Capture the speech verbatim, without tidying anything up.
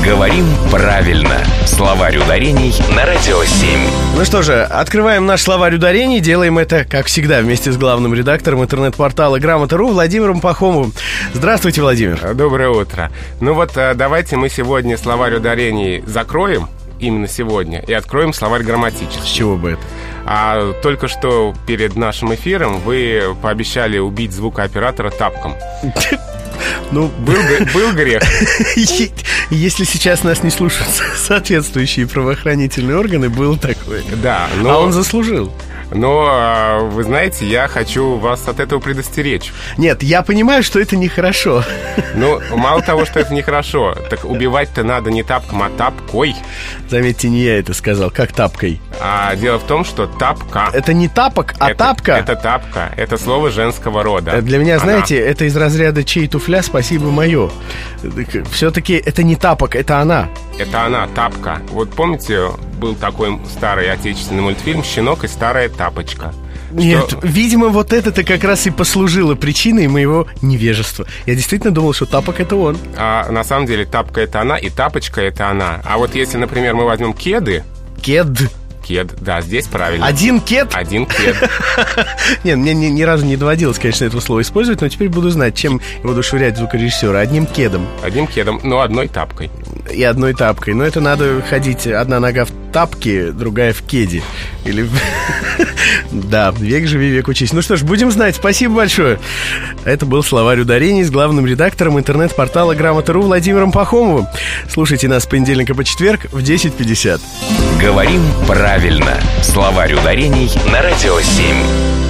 Говорим правильно. Словарь ударений на Радио семь. Ну что же, открываем наш словарь ударений. Делаем это, как всегда, вместе с главным редактором интернет-портала Грамота точка ру Владимиром Пахомовым. Здравствуйте, Владимир. Доброе утро. Ну вот, давайте мы сегодня словарь ударений закроем, именно сегодня, и откроем словарь грамматический. С чего бы это? А только что перед нашим эфиром вы пообещали убить звукооператора тапком. Ну, был, был грех. Если сейчас нас не слушают соответствующие правоохранительные органы, было такое. Да, но... А он заслужил. Но, вы знаете, я хочу вас от этого предостеречь. Нет, я понимаю, что это нехорошо. Ну, мало того, что это нехорошо, так убивать-то надо не тапком, а тапкой. Заметьте, не я это сказал, как тапкой. А дело в том, что тапка... Это не тапок, а это, тапка. Это тапка, это слово женского рода. Для меня, Она. знаете, это из разряда «чей туфля, спасибо мое». Все-таки это не тапок, это она. Это она, тапка. Вот помните, был такой старый отечественный мультфильм «Щенок и старая тапочка». Нет, что... видимо, вот это-то как раз и послужило причиной моего невежества. Я действительно думал, что тапок — это он. А на самом деле тапка — это она, и тапочка — это она. А вот если, например, мы возьмем кеды... Кед. Кед, да, здесь правильно. Один кед? Один кед. Нет, мне ни, ни разу не доводилось, конечно, этого слова использовать, но теперь буду знать, чем воодушевлять звукорежиссера. Одним кедом. Одним кедом, но одной тапкой. И одной тапкой. Но это надо ходить, одна нога в тапке, другая в кеде. Или... Да, век живи, век учись. Ну что ж, будем знать. Спасибо большое. Это был словарь ударений с главным редактором интернет-портала Грамота точка ру Владимиром Пахомовым. Слушайте нас с понедельника по четверг в десять пятьдесят. Говорим правильно. Словарь ударений на Радио семь.